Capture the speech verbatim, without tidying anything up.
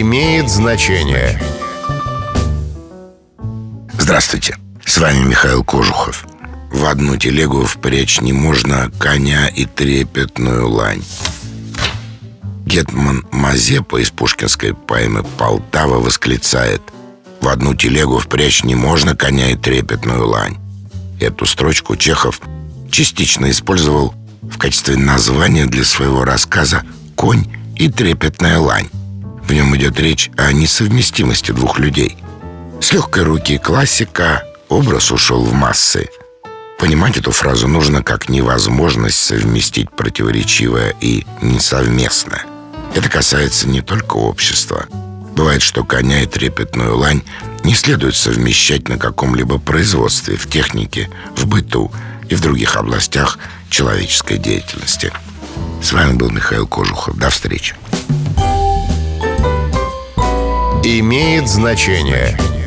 Имеет значение. Здравствуйте, с вами Михаил Кожухов. В одну телегу впрячь не можно коня и трепетную лань. Гетман Мазепа из пушкинской поэмы «Полтава» восклицает: в одну телегу впрячь не можно коня и трепетную лань. Эту строчку Чехов частично использовал в качестве названия для своего рассказа «Конь и трепетная лань». В нем идет речь о несовместимости двух людей. С легкой руки классика образ ушел в массы. Понимать эту фразу нужно как невозможность совместить противоречивое и несовместное. Это касается не только общества. Бывает, что коня и трепетную лань не следует совмещать на каком-либо производстве, в технике, в быту и в других областях человеческой деятельности. С вами был Михаил Кожухов. До встречи. Имеет значение.